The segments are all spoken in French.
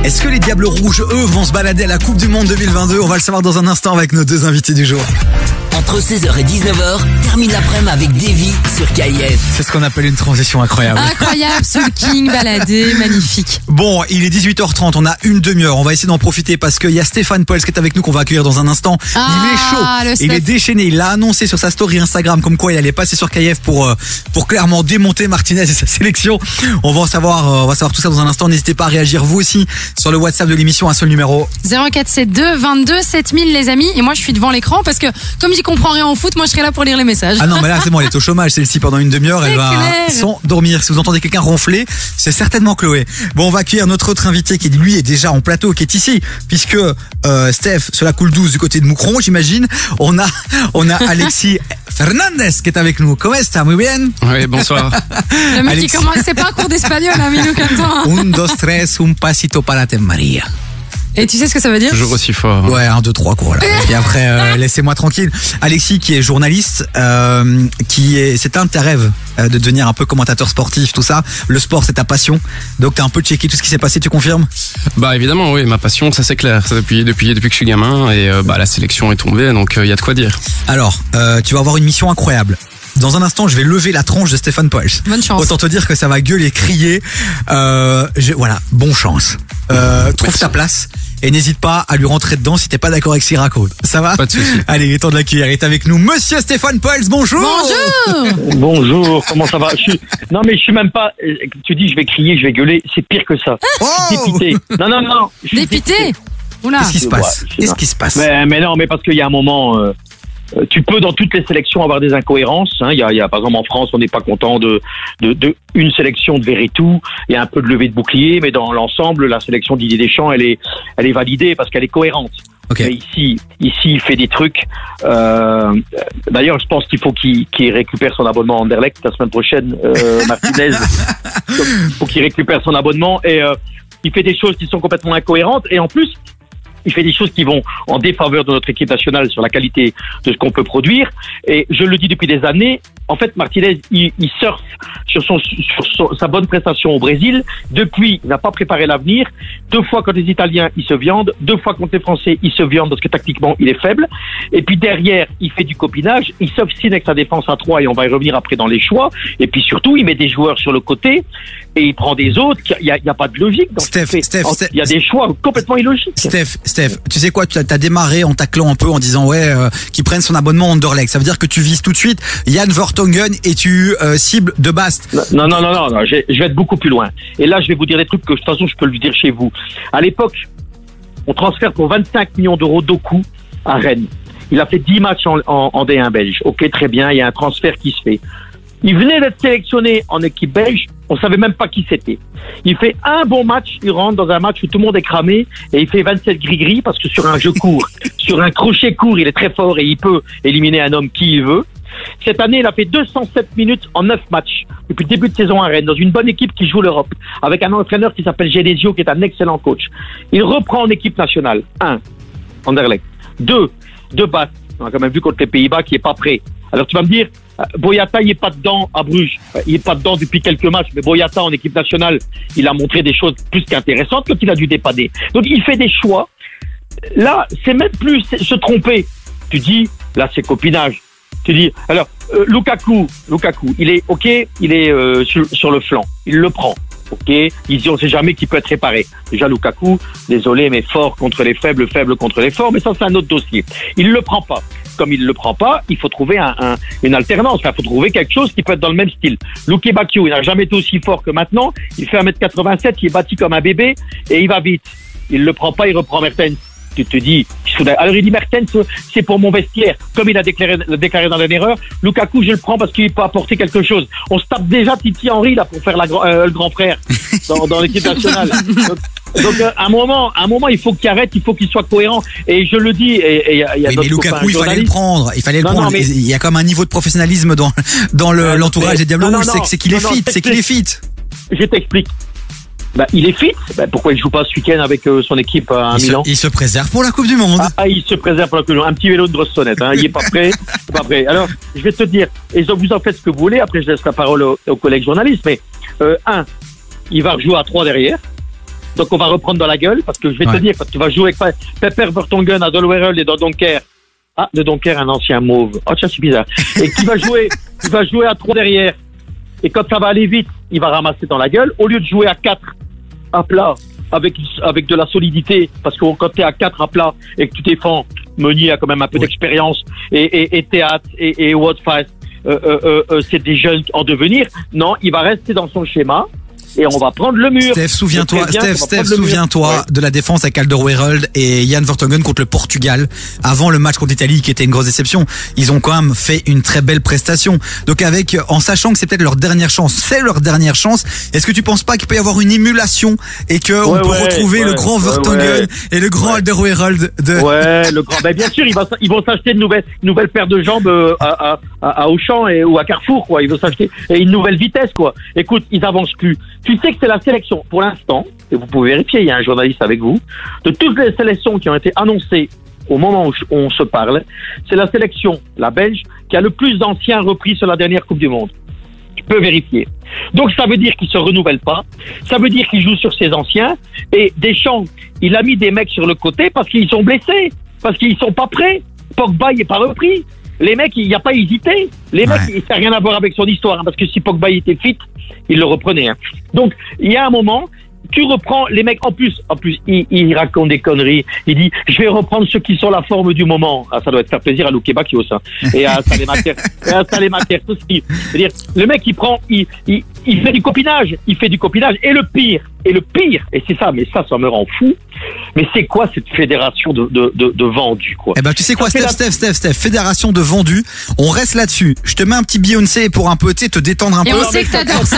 Est-ce que les Diables Rouges, eux, vont se balader à la Coupe du Monde 2022? On va le savoir dans un instant avec nos deux invités du jour. Entre 16h et 19h, termine l'après-midi avec Davy sur KIF. C'est ce qu'on appelle une transition incroyable. Incroyable, Soul King, baladé, magnifique. Bon, il est 18h30, on a une demi-heure. On va essayer d'en profiter parce qu'il y a Stéphane Poels qui est avec nous, qu'on va accueillir dans un instant. Il est chaud, il est déchaîné. Il l'a annoncé sur sa story Instagram comme quoi il allait passer sur KIF pour clairement démonter Martinez et sa sélection. On va savoir tout ça dans un instant. N'hésitez pas à réagir vous aussi sur le WhatsApp de l'émission, un seul numéro. 0472 22 7000 les amis. Et moi je suis devant l'écran parce que comme j'y comprends rien en foot, moi je serai là pour lire les messages. Ah non, mais là c'est bon, elle est au chômage celle-ci pendant une demi-heure. Elle va s'endormir. Si vous entendez quelqu'un ronfler, c'est certainement Chloé. Bon, on va accueillir notre autre invité qui lui est déjà en plateau, qui est ici, puisque Steph, cela coule 12 du côté de Moucron, j'imagine. On a Alexis Fernandez qui est avec nous. Comment est-ce? Muy bien? Oui, bonsoir. Le mec qui commence, c'est pas un cours d'espagnol, hein, Milou, comme toi. Un, dos, tres, un pasito para te Maria. Et tu sais ce que ça veut dire? Toujours aussi fort. Ouais, 1, 2, 3 cours là. Et après, laissez-moi tranquille. Alexis, qui est journaliste, c'est un de tes rêves de devenir un peu commentateur sportif, tout ça. Le sport, c'est ta passion. Donc t'as un peu checké tout ce qui s'est passé, tu confirmes? Bah évidemment, oui, ma passion, ça c'est clair. Ça depuis que je suis gamin et la sélection est tombée, donc il y a de quoi dire. Alors, tu vas avoir une mission incroyable. Dans un instant, je vais lever la tronche de Stéphane Poels. Bonne chance. Autant te dire que ça va gueuler, crier. Voilà, bonne chance. Trouve ta place et n'hésite pas à lui rentrer dedans si t'es pas d'accord avec ce qu'il raconte. Ça va? Pas de souci. Allez, il est temps de l'accueillir. Il est avec nous, Monsieur Stéphane Poels. Bonjour. Bonjour. Bonjour, comment ça va? Non mais je suis même pas. Tu dis je vais crier, je vais gueuler, c'est pire que ça. Je suis dépité. Non. Je suis Dépité. Oula. Qu'est-ce qui se passe? Qu'est-ce qui se passe? Mais non, mais parce qu'il y a un moment. Tu peux dans toutes les sélections avoir des incohérences. Hein. Il y a par exemple en France, on n'est pas content de une sélection de Verretou. Il y a un peu de levée de bouclier, mais dans l'ensemble, la sélection de Didier Deschamps, elle est validée parce qu'elle est cohérente. Okay. Mais ici, il fait des trucs. D'ailleurs, je pense qu'il faut qu'il récupère son abonnement à Anderlecht la semaine prochaine, Martinez. Il faut qu'il récupère son abonnement et il fait des choses qui sont complètement incohérentes et en plus. Il fait des choses qui vont en défaveur de notre équipe nationale sur la qualité de ce qu'on peut produire. Et je le dis depuis des années, en fait, Martinez, il surfe sur sa bonne prestation au Brésil. Depuis, il n'a pas préparé l'avenir. 2 fois contre les Italiens, il se viande. 2 fois contre les Français, il se viande parce que tactiquement, il est faible. Et puis derrière, il fait du copinage. Il s'obstine avec sa défense à 3 et on va y revenir après dans les choix. Et puis surtout, il met des joueurs sur le côté et il prend des autres. Il y a pas de logique dans ce qu'il fait. Il y a des choix complètement illogiques. Steph, tu sais quoi, tu as démarré en taclant un peu en disant qu'il prenne son abonnement Anderlecht. Ça veut dire que tu vises tout de suite Jan Vertonghen et tu cibles De Bast. Non, je vais être beaucoup plus loin. Et là, je vais vous dire des trucs que de toute façon, je peux le dire chez vous. À l'époque, on transfère pour 25 millions d'euros Doku à Rennes. Il a fait 10 matchs en D1 belge. Ok, très bien, il y a un transfert qui se fait. Il venait d'être sélectionné en équipe belge, on savait même pas qui c'était. Il fait un bon match, il rentre dans un match où tout le monde est cramé et il fait 27 gris-gris parce que sur un jeu court, sur un crochet court, il est très fort et il peut éliminer un homme qui il veut. Cette année, il a fait 207 minutes en 9 matchs depuis le début de saison à Rennes, dans une bonne équipe qui joue l'Europe, avec un entraîneur qui s'appelle Genesio, qui est un excellent coach. Il reprend en équipe nationale. 1, Anderlecht. 2, De Bast. On a quand même vu contre les Pays-Bas qui est pas prêt. Alors tu vas me dire, Boyata, il est pas dedans à Bruges. Il est pas dedans depuis quelques matchs, mais Boyata en équipe nationale, il a montré des choses plus qu'intéressantes quand il a dû dépanner. Donc il fait des choix. Là, c'est même plus se tromper. Tu dis, là c'est copinage. Tu dis, alors Lukaku, il est ok, il est sur le flanc, il le prend. Ok, il dit on sait jamais qui peut être réparé. Déjà Lukaku, désolé mais fort contre les faibles, faible contre les forts, mais ça c'est un autre dossier. Il le prend pas. Comme il le prend pas, il faut trouver une alternance. Enfin, il faut trouver quelque chose qui peut être dans le même style. Luke Bacchio, il n'a jamais été aussi fort que maintenant. Il fait 1m87, il est bâti comme un bébé et il va vite. Il le prend pas, il reprend Mertens. Tu te dis, alors il dit Mertens, c'est pour mon vestiaire. Comme il a déclaré dans l'erreur, Lukaku, je le prends parce qu'il peut apporter quelque chose. On se tape déjà Titi Henry là pour faire le grand frère dans l'équipe nationale. Donc à un moment, il faut qu'il arrête, il faut qu'il soit cohérent. Et je le dis. Et il y a mais Lukaku, il fallait le prendre. Non, mais il y a comme un niveau de professionnalisme dans l'entourage des Diables Rouges, c'est qu'il est fit. Je t'explique. Il est fit. Pourquoi il joue pas ce week-end avec son équipe à Milan? Il se préserve pour la Coupe du Monde. Il se préserve pour la Coupe du Monde. Un petit vélo de grosse sonnette. Il est pas prêt. Alors, je vais te dire. Et vous en faites ce que vous voulez. Après, je laisse la parole aux collègues journalistes. Mais il va rejouer à 3 derrière. Donc on va reprendre dans la gueule, parce que je vais te dire, quand tu vas jouer avec Pepper Vertonghen à Dolwereld et dans Donker. Ah, de Donker, un ancien mauve. Oh, tiens, c'est bizarre. Et qui va jouer à 3 derrière. Et quand ça va aller vite, il va ramasser dans la gueule. Au lieu de jouer à 4 à plat, avec de la solidité, parce que quand t'es à 4 à plat et que tu défends, Meunier a quand même un peu d'expérience, et Théâtre et Watfast, c'est des jeunes en devenir. Non, il va rester dans son schéma. Et on va prendre le mur. Steph, souviens-toi de la défense avec Alderweireld et Jan Vertonghen contre le Portugal avant le match contre l'Italie qui était une grosse déception. Ils ont quand même fait une très belle prestation. Donc en sachant que c'est peut-être leur dernière chance, est-ce que tu penses pas qu'il peut y avoir une émulation et que on peut retrouver le grand Vertonghen et le grand Alderweireld le grand. Ben bien sûr, ils vont s'acheter une nouvelle paire de jambes à Auchan ou à Carrefour, quoi. Ils vont s'acheter une nouvelle vitesse, quoi. Écoute, ils avancent plus. Tu sais que c'est la sélection, pour l'instant, et vous pouvez vérifier, il y a un journaliste avec vous, de toutes les sélections qui ont été annoncées au moment où on se parle, c'est la sélection, la belge, qui a le plus d'anciens repris sur la dernière Coupe du Monde. Tu peux vérifier. Donc ça veut dire qu'ils se renouvellent pas, ça veut dire qu'ils jouent sur ses anciens, et Deschamps, il a mis des mecs sur le côté parce qu'ils sont blessés, parce qu'ils sont pas prêts. Pogba, il est pas repris. Les mecs, il n'y a pas hésité. Les mecs, ça n'a rien à voir avec son histoire, hein, parce que si Pogba était fit, il le reprenait. Hein. Donc, il y a un moment, tu reprends les mecs, en plus, il raconte des conneries. Il dit, je vais reprendre ceux qui sont la forme du moment. Ah, ça doit faire plaisir à Luke Bakio, ça. Et à Salemaker, tout ce qui. C'est-à-dire, le mec, il fait du copinage. Et le pire, et c'est ça, mais ça me rend fou. Mais c'est quoi cette fédération de vendus, quoi? Eh ben, tu sais quoi, Steph, fédération de vendus. On reste là-dessus. Je te mets un petit Beyoncé pour un peu, te détendre un peu. Et on sait que t'adores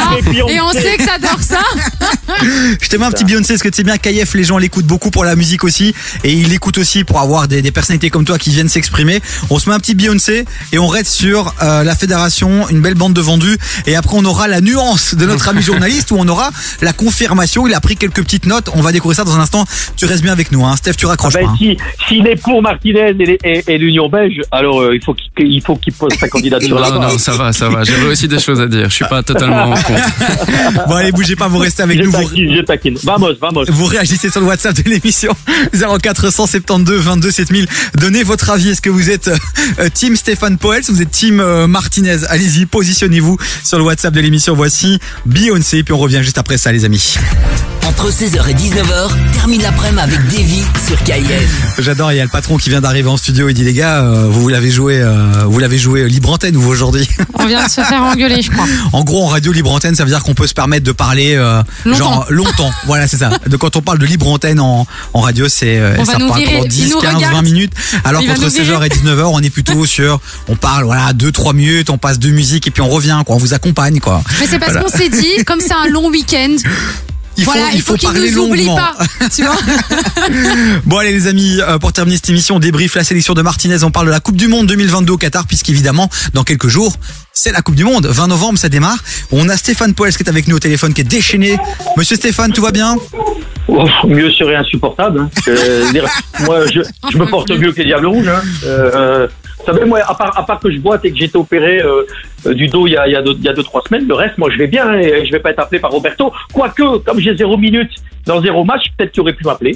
ça. Je te mets un petit Beyoncé, parce que tu sais bien, KF, les gens l'écoutent beaucoup pour la musique aussi. Et ils l'écoutent aussi pour avoir des personnalités comme toi qui viennent s'exprimer. On se met un petit Beyoncé et on reste sur la fédération, une belle bande de vendus. Et après, on aura la nuance de notre ami journaliste où on aura la confirmation. Il a pris quelques petites notes. On va découvrir ça dans un instant. Tu restes bien avec nous, hein. Steph, tu raccroches pas. S'il est pour Martinez et l'Union belge, alors il faut qu'il pose sa candidature là-bas. Non, ça va. J'avais aussi des choses à dire. Je suis pas totalement en compte. Bon, allez, bougez pas, vous restez avec nous. Je taquine. Vamos. Vous réagissez sur le WhatsApp de l'émission 0472 22 7000. Donnez votre avis. Est-ce que vous êtes team Stéphane Poels ou vous êtes team Martinez? Allez-y, positionnez-vous sur le WhatsApp de l'émission. Voici Beyoncé, puis on revient juste après ça, les amis. Entre 16h et 19h, termine l'après-midi avec Davy sur KF. J'adore, il y a le patron qui vient d'arriver en studio. Il dit, les gars, vous l'avez joué libre antenne, vous, aujourd'hui? On vient de se faire engueuler, je crois. En gros, en radio libre antenne, ça veut dire qu'on peut se permettre de parler longtemps. Voilà, c'est ça. Quand on parle de libre antenne en radio, ça parle pendant 10, 15, 20 minutes. Alors qu'entre 16h et 19h, on est plutôt sur, on parle 2-3 minutes, on passe de musique et puis on revient, quoi. On vous accompagne, quoi. Mais c'est parce qu'on s'est dit, comme c'est un long week-end, il faut parler longuement. Pas, tu vois. Bon, allez, les amis, pour terminer cette émission, on débriefe la sélection de Martinez. On parle de la Coupe du Monde 2022 au Qatar, puisqu'évidemment, dans quelques jours, c'est la Coupe du Monde. 20 novembre, ça démarre. On a Stéphane Poels qui est avec nous au téléphone, qui est déchaîné. Monsieur Stéphane, tout va bien? Mieux serait insupportable. Hein. Moi, je me porte mieux que les Diables Rouges. Hein. Vous savez, moi, à part que je boite et que j'ai été opéré du dos il y a 2-3 semaines, le reste, moi, je vais bien et je vais pas être appelé par Roberto. Quoique, comme j'ai 0 minutes dans 0 match, peut-être qu'il aurait pu m'appeler.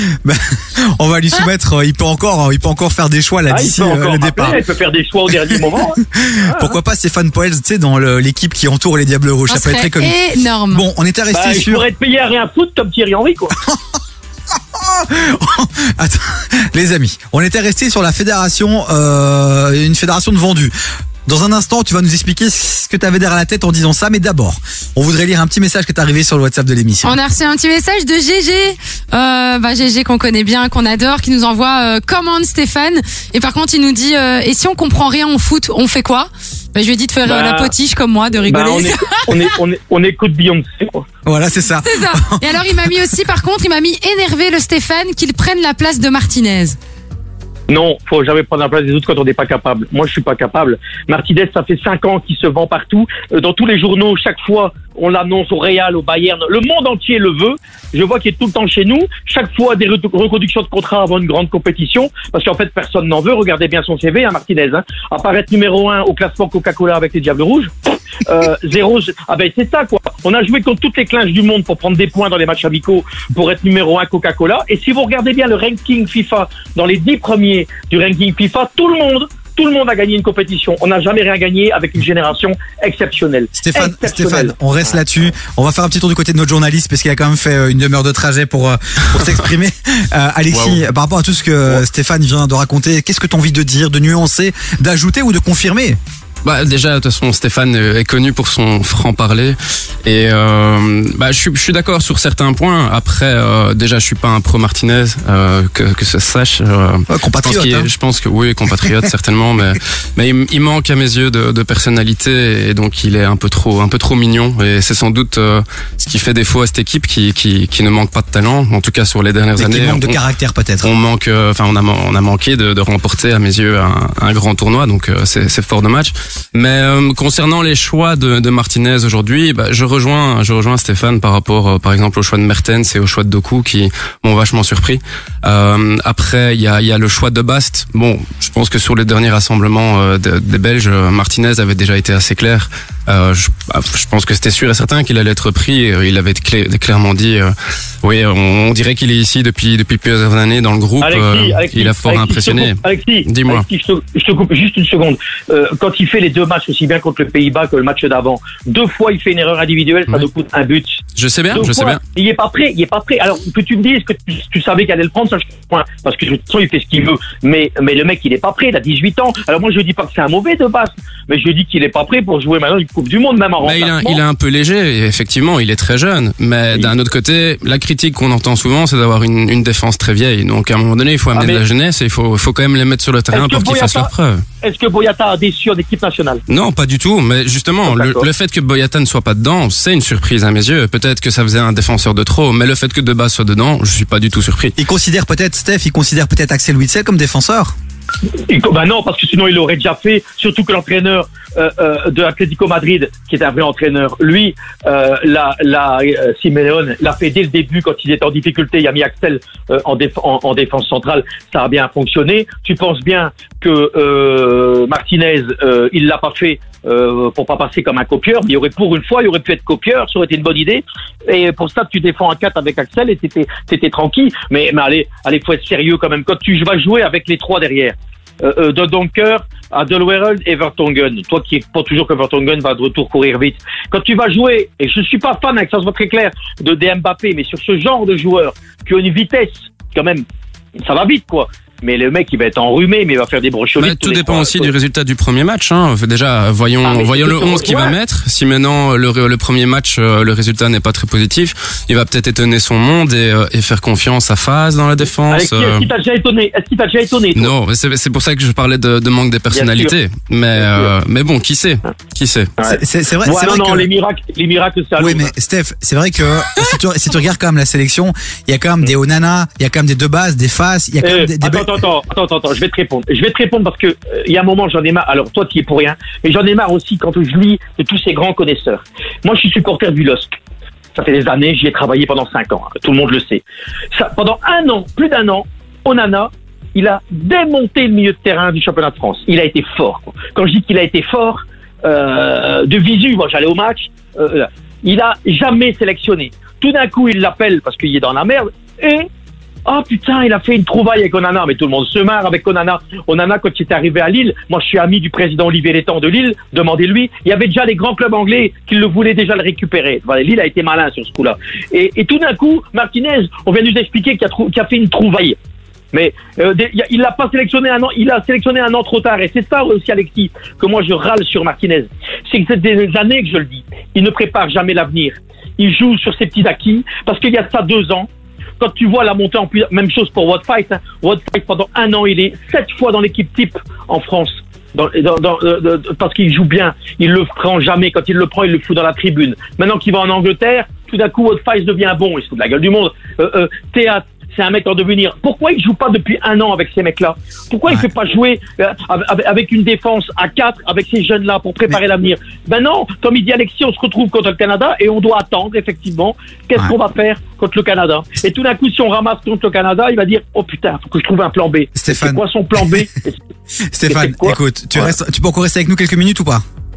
On va lui soumettre, il peut encore faire des choix là d'ici le départ. Il peut faire des choix au dernier moment. Hein. Pourquoi pas Stéphane Poels, tu sais, dans l'équipe qui entoure les Diables Rouges, ça peut être très comique. Énorme. Bon, on était resté sur. Il pourrait être payé à rien foutre comme Thierry Henry, quoi. Attends, les amis, on était resté sur la fédération, une fédération de vendus. Dans un instant, tu vas nous expliquer ce que tu avais derrière la tête en disant ça, mais d'abord, on voudrait lire un petit message qui est arrivé sur le WhatsApp de l'émission. On a reçu un petit message de GG, GG qu'on connaît bien, qu'on adore, qui nous envoie Commande Stéphane. Et par contre, il nous dit et si on comprend rien en foot, on fait quoi? Je lui ai dit de faire la potiche comme moi, de rigoler. On écoute Beyoncé, quoi. Voilà, c'est ça. C'est ça. Et alors, il m'a mis aussi, par contre, énervé le Stéphane qu'il prenne la place de Martinez. Non, faut jamais prendre la place des autres quand on n'est pas capable. Moi, je suis pas capable. Martinez, ça fait 5 ans qu'il se vend partout. Dans tous les journaux, chaque fois, on l'annonce au Real, au Bayern. Le monde entier le veut. Je vois qu'il est tout le temps chez nous. Chaque fois, des reconductions de contrats avant une grande compétition. Parce qu'en fait, personne n'en veut. Regardez bien son CV, Martinez. Apparaître numéro 1 au classement Coca-Cola avec les Diables Rouges. C'est ça quoi. On a joué contre toutes les clinches du monde pour prendre des points dans les matchs amicaux, pour être numéro 1 Coca-Cola. Et si vous regardez bien le ranking FIFA, dans les 10 premiers du ranking FIFA, tout le monde a gagné une compétition. On n'a jamais rien gagné avec une génération exceptionnelle. Stéphane, on reste là-dessus. On va faire un petit tour du côté de notre journaliste parce qu'il a quand même fait une demi-heure de trajet pour s'exprimer. Alexis, par rapport à tout ce que Stéphane vient de raconter, qu'est-ce que tu as envie de dire, de nuancer, d'ajouter ou de confirmer? Déjà, de toute façon, Stéphane est connu pour son franc-parler et je suis d'accord sur certains points. Après, déjà, je suis pas un pro Martinez, que ça se sache. Compatriote. Je pense que oui, compatriote certainement, mais il manque à mes yeux de personnalité et donc il est un peu trop mignon et c'est sans doute ce qui fait défaut à cette équipe qui ne manque pas de talent. En tout cas, sur les dernières années, qui manque de caractère peut-être. On a manqué de remporter à mes yeux un grand tournoi, donc c'est fort dommage. Mais concernant les choix de Martinez aujourd'hui, je rejoins Stéphane par rapport par exemple au choix de Mertens et au choix de Doku qui m'ont vachement surpris. Après il y a le choix de Bast. Bon, je pense que sur les derniers rassemblements des Belges, Martinez avait déjà été assez clair. Je pense que c'était sûr et certain qu'il allait être pris. Il avait clairement dit oui, on dirait qu'il est ici depuis plusieurs années dans le groupe. Alexis, il a fort impressionné. Alexis, dis-moi. Je te coupe juste une seconde. Quand il fait les deux matchs aussi bien contre le Pays-Bas que le match d'avant, 2 fois il fait une erreur individuelle, ça nous coûte un but. Je sais bien. Il est pas prêt. Alors que tu me dises que tu savais qu'il allait le prendre, ça je comprends. Parce que de toute façon il fait ce qu'il veut. Mais le mec il est pas prêt, il a 18 ans. Alors moi je dis pas que c'est un mauvais de base, mais je dis qu'il est pas prêt pour jouer maintenant une Coupe du Monde même en remplacement. Il est un peu léger et effectivement il est très jeune. Mais d'un autre côté, la critique qu'on entend souvent c'est d'avoir une défense très vieille. Donc à un moment donné il faut amener de la jeunesse et il faut quand même les mettre sur le terrain pour qu'ils fassent leur preuve. Est-ce que Boyata a déçu en équipe nationale? Non, pas du tout. Mais justement, le fait que Boyata ne soit pas dedans, c'est une surprise à mes yeux. Peut-être que ça faisait un défenseur de trop, mais le fait que Debas soit dedans, je suis pas du tout surpris. Il considère peut-être Axel Witsel comme défenseur? Non, parce que sinon il l'aurait déjà fait. Surtout que l'entraîneur de Atlético Madrid, qui est un vrai entraîneur, lui, Simeone l'a fait dès le début quand il était en difficulté. Il a mis Axel en défense centrale. Ça a bien fonctionné. Tu penses bien que Martinez, il l'a pas fait pour pas passer comme un copieur. Mais pour une fois, il aurait pu être copieur. Ça aurait été une bonne idée. Et pour ça, tu défends un 4 avec Axel et t'étais tranquille. Mais allez, faut être sérieux quand même. Quand tu vas jouer avec les 3 derrière. De Donker à Delwereld et Vertonghen. Toi qui pas toujours que Vertonghen va de retour courir vite. Quand tu vas jouer, et je suis pas fan, avec ça se voit très clair, de Mbappé, mais sur ce genre de joueur qui ont une vitesse, quand même, ça va vite quoi. Mais le mec, il va être enrhumé, mais il va faire des brocholites. Tout dépend aussi du résultat du premier match. Déjà, voyons le 11 qu'il va mettre. Si maintenant le premier match, le résultat n'est pas très positif, il va peut-être étonner son monde et faire confiance à Faz dans la défense. Est-ce qu'il t'a déjà étonné? Toi? Non, c'est pour ça que je parlais de manque de personnalité. Mais bon, qui sait? Ouais. C'est vrai. Ouais, c'est vrai que les miracles, c'est à oui, mais Steph, c'est vrai que si tu regardes quand même la sélection, il y a quand même des Onana, il y a quand même des Debas, des Faz, il y a quand même des Attends, je vais te répondre parce que il y a un moment j'en ai marre. Alors toi tu y es pour rien, mais j'en ai marre aussi quand je lis de tous ces grands connaisseurs. Moi je suis supporter du LOSC. Ça fait des années, j'y ai travaillé pendant 5 ans. Tout le monde le sait. Pendant plus d'un an, Onana, il a démonté le milieu de terrain du championnat de France. Il a été fort. Quand je dis qu'il a été fort, de visu, moi j'allais au match, il a jamais sélectionné. Tout d'un coup il l'appelle parce qu'il est dans la merde et oh putain, il a fait une trouvaille avec Onana, mais tout le monde se marre avec Onana. Onana, quand il est arrivé à Lille, moi je suis ami du président Olivier Létang de Lille, demandez-lui, il y avait déjà les grands clubs anglais qui le voulaient déjà le récupérer. Voilà, Lille a été malin sur ce coup-là. Et tout d'un coup, Martinez, on vient nous expliquer qu'il a fait une trouvaille. Mais il l'a pas sélectionné un an, il a sélectionné un an trop tard. Et c'est ça aussi, Alexis, que moi je râle sur Martinez. C'est que c'est des années que je le dis. Il ne prépare jamais l'avenir. Il joue sur ses petits acquis, parce qu'il y a ça 2 ans. Quand tu vois la montée en puissance, même chose pour Wout Faes. Wout Faes, pendant 1 an, il est 7 fois dans l'équipe type en France. Parce qu'il joue bien. Il le prend jamais. Quand il le prend, il le fout dans la tribune. Maintenant qu'il va en Angleterre, tout d'un coup, Wout Faes devient bon. Il se fout de la gueule du monde. Théâtre. C'est un mec en devenir. Pourquoi il joue pas depuis 1 an avec ces mecs-là? Pourquoi il fait pas jouer avec une défense à 4 avec ces jeunes-là pour préparer l'avenir? Ben non, comme il dit Alexis, on se retrouve contre le Canada et on doit attendre effectivement. Qu'est-ce qu'on va faire contre le Canada? Et tout d'un coup, si on ramasse contre le Canada, il va dire oh putain, faut que je trouve un plan B. Stéphane. C'est quoi son plan B? Stéphane, écoute, tu peux encore rester avec nous quelques minutes ou pas?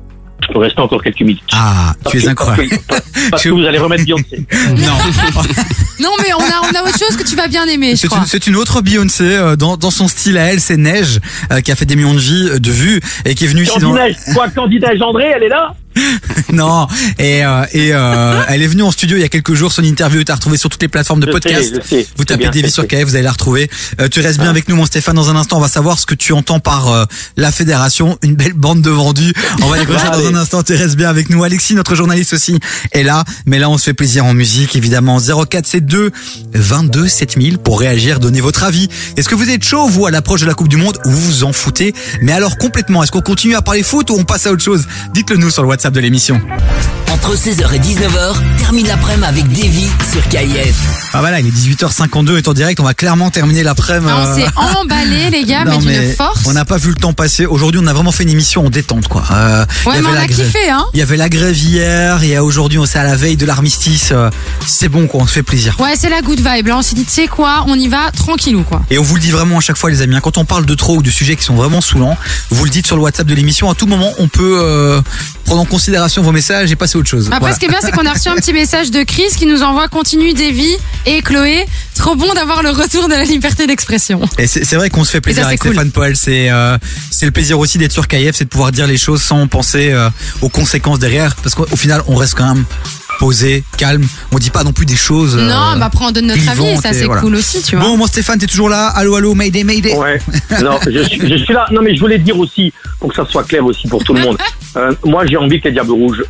Je peux rester encore quelques minutes. Ah, tu es incroyable. Parce que vous allez remettre Beyoncé. Non. Non, mais on a autre chose que tu vas bien aimer, je crois. C'est une autre Beyoncé dans son style à elle, c'est Neige, qui a fait des millions de vues et qui est venue ici dans... Candidat Gendré, elle est là? Non, et elle est venue en studio il y a quelques jours. Son interview est à retrouver sur toutes les plateformes de podcast. Vous tapez Davy sur KF, vous allez la retrouver. Tu restes bien avec nous, mon Stéphane. Dans un instant, on va savoir ce que tu entends par la fédération. Une belle bande de vendus. On va découvrir ça dans un instant. Tu restes bien avec nous. Alexis, notre journaliste aussi, est là. Mais là, on se fait plaisir en musique, évidemment. 0472 22 7000 pour réagir, donner votre avis. Est-ce que vous êtes chaud, vous, à l'approche de la Coupe du Monde, ou vous vous en foutez? Mais alors complètement. Est-ce qu'on continue à parler foot ou on passe à autre chose? Dites-le nous sur le WhatsApp de l'émission. Entre 16h et 19h, termine l'après-midi avec Davy sur KF. Ah voilà, il est 18h52 et en direct, on va clairement terminer l'après-midi. On s'est emballé, les gars, mais d'une force. On n'a pas vu le temps passer. Aujourd'hui, on a vraiment fait une émission en détente, quoi. Ouais, mais on a kiffé, hein. Il y avait la grève hier, et aujourd'hui, on s'est à la veille de l'armistice. C'est bon, quoi, on se fait plaisir. Ouais, c'est la good vibe. Là, on s'est dit, tu sais quoi, on y va tranquillou, quoi. Et on vous le dit vraiment à chaque fois, les amis. Quand on parle de trop ou de sujets qui sont vraiment saoulants, vous le dites sur le WhatsApp de l'émission. À tout moment, on peut prendre en considération vos messages et passer à autre chose. Après, voilà. Ce qui est bien, c'est qu'on a reçu un petit message de Chris qui nous envoie continue Davy et Chloé. Trop bon d'avoir le retour de la liberté d'expression. Et c'est vrai qu'on se fait plaisir avec Stéphane Poel. C'est le plaisir aussi d'être sur KF, c'est de pouvoir dire les choses sans penser aux conséquences derrière. Parce qu'au final, on reste quand même posé, calme. On dit pas non plus des choses. Non, bah après on donne notre avis et ça c'est cool aussi, tu vois. Bon, mon Stéphane, t'es toujours là. Allô, Mayday. Ouais. Non, je suis là. Non, mais je voulais dire aussi, pour que ça soit clair aussi pour tout le monde. Moi, j'ai envie que les Diables Rouges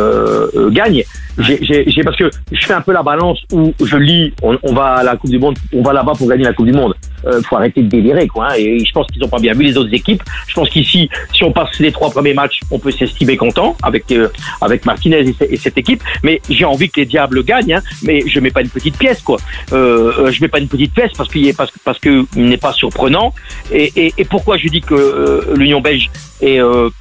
gagnent. Parce que je fais un peu la balance où je lis, on va à la Coupe du Monde, on va là-bas pour gagner la Coupe du Monde. Faut arrêter de délirer, quoi. Hein, et je pense qu'ils ont pas bien vu les autres équipes. Je pense qu'ici, si on passe les 3 premiers matchs, on peut s'estimer content avec Martinez et cette équipe. Mais j'ai envie que les Diables gagnent. Hein, mais je mets pas une petite pièce, quoi. Je mets pas une petite pièce parce que il n'est pas surprenant. Et pourquoi je dis que l'Union belge est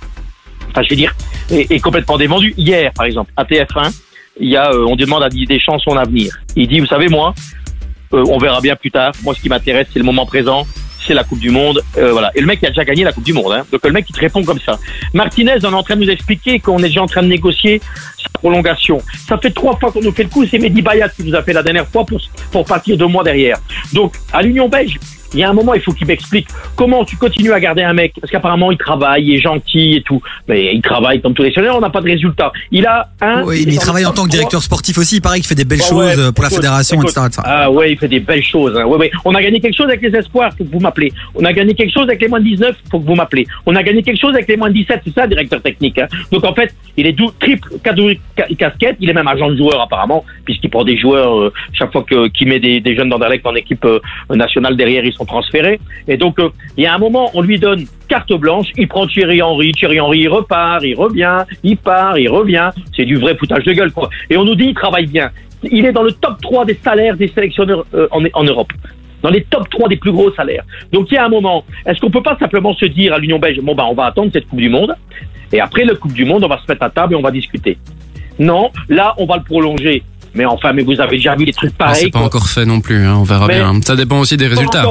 complètement dévendu. Hier, par exemple, à TF1, on demande à Didier Deschamps son avenir. Il dit, vous savez, moi, on verra bien plus tard. Moi, ce qui m'intéresse, c'est le moment présent, c'est la Coupe du Monde. Voilà. Et le mec, il a déjà gagné la Coupe du Monde. Hein. Donc, le mec, il te répond comme ça. Martinez, on est en train de nous expliquer qu'on est déjà en train de négocier sa prolongation. Ça fait 3 fois qu'on nous fait le coup. C'est Mehdi Bayat qui nous a fait la dernière fois pour partir 2 mois derrière. Donc, à l'Union belge, il y a un moment, il faut qu'il m'explique comment tu continues à garder un mec, parce qu'apparemment il travaille, il est gentil et tout, mais il travaille comme tous les seigneurs, on n'a pas de résultat. Il a oui, mais il travaille en tant que directeur sportif aussi, il paraît qu'il fait des belles choses pour la fédération, etc. Ah ouais, il fait des belles choses. Hein. Ouais. On a gagné quelque chose avec les espoirs, faut que vous m'appelez. On a gagné quelque chose avec les moins de 19, faut que vous m'appelez. On a gagné quelque chose avec les moins de 17, c'est ça, directeur technique. Hein. Donc en fait, il est triple casquette, il est même agent de joueur apparemment, puisqu'il prend des joueurs chaque fois qu'il met des jeunes d'Anderlecht en équipe nationale derrière, ils sont transférés. Et donc, il y a un moment, on lui donne carte blanche, il prend Thierry Henry, il repart, il revient, il part, il revient. C'est du vrai foutage de gueule, quoi. Et on nous dit, il travaille bien. Il est dans le top 3 des salaires des sélectionneurs en Europe. Dans les top 3 des plus gros salaires. Donc, il y a un moment, est-ce qu'on peut pas simplement se dire à l'Union belge, bon, on va attendre cette Coupe du Monde, et après la Coupe du Monde, on va se mettre à table et on va discuter. Non, là, on va le prolonger. Mais enfin, vous avez déjà vu des trucs pareils. C'est pas encore fait non plus, hein, on verra bien. Ça dépend aussi des résultats.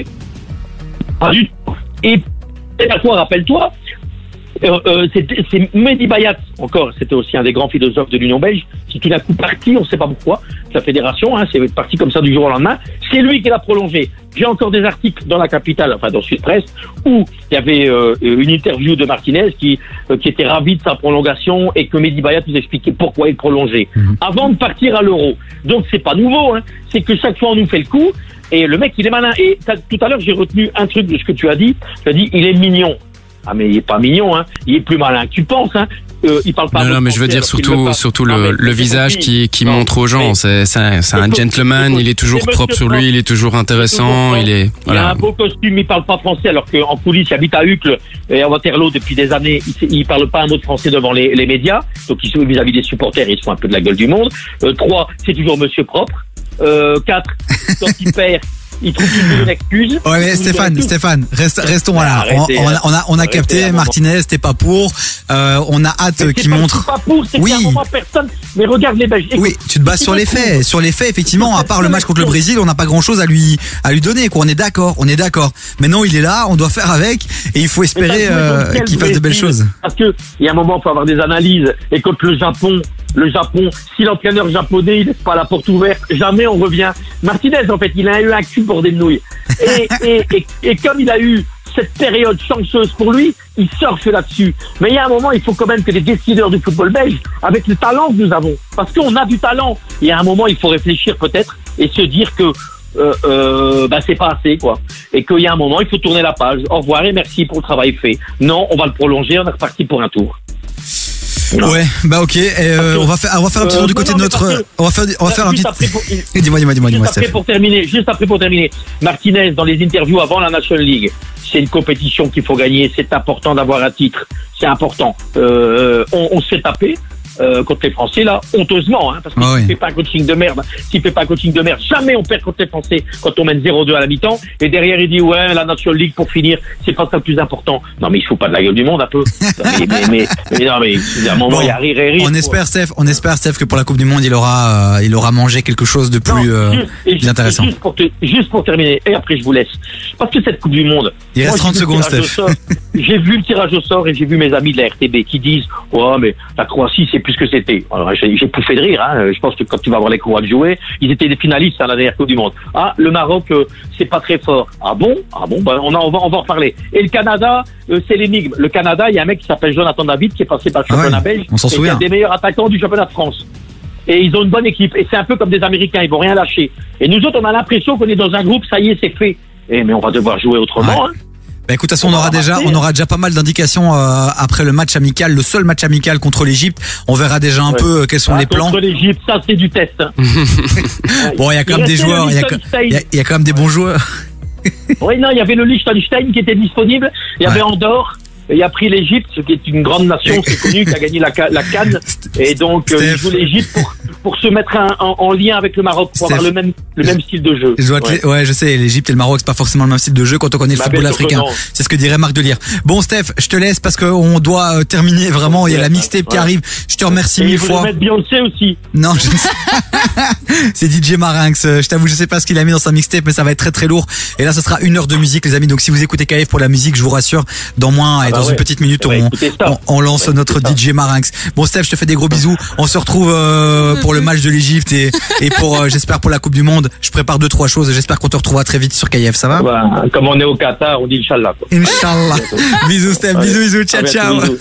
Pas du tout. Et rappelle-toi, c'est Mehdi Bayat, encore, c'était aussi un des grands philosophes de l'Union belge, qui tout d'un coup parti, on ne sait pas pourquoi, la fédération, hein, c'est parti comme ça du jour au lendemain, c'est lui qui l'a prolongé. J'ai encore des articles dans la capitale, enfin dans Sud Presse, où il y avait une interview de Martinez qui était ravi de sa prolongation et que Mehdi Bayat nous expliquait pourquoi il prolongeait. Avant de partir à l'Euro. Donc c'est pas nouveau, hein, c'est que chaque fois on nous fait le coup, et le mec il est malin. Et tout à l'heure j'ai retenu un truc de ce que tu as dit, il est mignon. Ah mais il est pas mignon, hein. Il est plus malin que tu penses, hein. Il parle pas. Non, mais je veux dire surtout le visage qui montre aux gens. C'est un gentleman. Il est toujours propre sur lui. Il est toujours intéressant. Il a un beau costume. Il parle pas français alors qu'en coulisses il habite à Uccle et à Waterloo depuis des années. Il parle pas un mot de français devant les médias. Donc il se vis-à-vis des supporters. Il se fout un peu de la gueule du monde. 3, c'est toujours Monsieur propre. 4, quand il perd. il trouve toujours une excuse. Ouais, mais Stéphane, restons là. On a capté, Martinez, t'es pas pour. On a hâte qu'il montre. Pas pour, c'est qu'à un moment personne. Mais regarde les Belges. Écoute, oui, tu te bases sur les faits. Sur les faits, effectivement, à part le match contre le Brésil, on n'a pas grand chose à lui donner, quoi. On est d'accord. Maintenant, il est là, on doit faire avec, et il faut espérer qu'il fasse de belles choses. Parce que, il y a un moment, il faut avoir des analyses. Et contre le Japon, si l'entraîneur japonais, il laisse pas la porte ouverte, jamais on revient. Martinez, en fait, il a eu un cul pour des nouilles. Et comme il a eu cette période chanceuse pour lui, il surfe là-dessus. Mais il y a un moment, il faut quand même que les décideurs du football belge, avec le talent que nous avons, parce qu'on a du talent, il y a un moment, il faut réfléchir peut-être et se dire que c'est pas assez, quoi. Et qu'il y a un moment, il faut tourner la page. Au revoir et merci pour le travail fait. Non, on va le prolonger, on est reparti pour un tour. Non. Ouais, bah ok. On va faire un petit tour du côté de notre. On va faire un petit. Dis-moi, Juste après pour terminer. Martinez, dans les interviews avant la National League, c'est une compétition qu'il faut gagner. C'est important d'avoir un titre. C'est important. On se fait taper. Contre les Français là, honteusement, parce que s'il fait pas un coaching de merde, jamais on perd contre les Français quand on mène 0-2 à la mi-temps, et derrière il dit la National League pour finir, c'est pas ça le plus important. Non mais il se fout pas de la gueule du monde un peu. mais à un moment il y a rire et rire. On espère Steph que pour la Coupe du Monde il aura mangé quelque chose de plus intéressant. Juste pour terminer, et après je vous laisse. Parce que cette Coupe du Monde, il reste 30 secondes Steph. J'ai vu le tirage au sort et j'ai vu mes amis de la RTB qui disent mais la Croatie c'est plus que c'était. Alors, j'ai pouffé de rire, Je pense que quand tu vas voir les Croates jouer, ils étaient des finalistes à la dernière Coupe du Monde. Le Maroc, c'est pas très fort. Ah bon, on va en reparler. Et le Canada, c'est l'énigme. Le Canada, il y a un mec qui s'appelle Jonathan David qui est passé par le championnat belge. On s'en souvient. C'est un des meilleurs attaquants du championnat de France. Et ils ont une bonne équipe. Et c'est un peu comme des Américains, ils vont rien lâcher. Et nous autres, on a l'impression qu'on est dans un groupe, ça y est, c'est fait. Mais on va devoir jouer autrement, Bah écoute, de toute façon, on aura déjà pas mal d'indications après le match amical, le seul match amical contre l'Égypte. On verra déjà un peu quels sont les plans. Contre l'Égypte, ça c'est du test. Bon, il y a quand même des joueurs, il y a quand même des bons joueurs. Oui, non, il y avait le Liechtenstein qui était disponible, il y avait Andorre. Il a pris l'Égypte, qui est une grande nation, c'est connu, qui a gagné la CAN. Et donc, il joue l'Égypte pour se mettre en lien avec le Maroc, pour avoir le même style de jeu. Je sais, l'Égypte et le Maroc, c'est pas forcément le même style de jeu quand on connaît le football africain. C'est ce que dirait Marc Delire. Bon, Steph, je te laisse parce qu'on doit terminer vraiment. Il y a la mixtape qui arrive. Je te remercie mille fois. Mettre Beyoncé aussi. Non, je ne sais. C'est DJ Marinx. Je t'avoue, je sais pas ce qu'il a mis dans sa mixtape, mais ça va être très très lourd. Et là, ce sera 1 heure de musique, les amis. Donc, si vous écoutez KF pour la musique, je vous rassure, dans une petite minute, on lance notre DJ Marinx. Bon, Steph, je te fais des gros bisous. On se retrouve pour le match de l'Égypte et pour j'espère pour la Coupe du Monde. Je prépare 2-3 choses. J'espère qu'on te retrouvera très vite sur KF. Ça va? Comme on est au Qatar, on dit Inch'Allah. Inch'Allah. Bisous, Steph. Bisous. Ciao.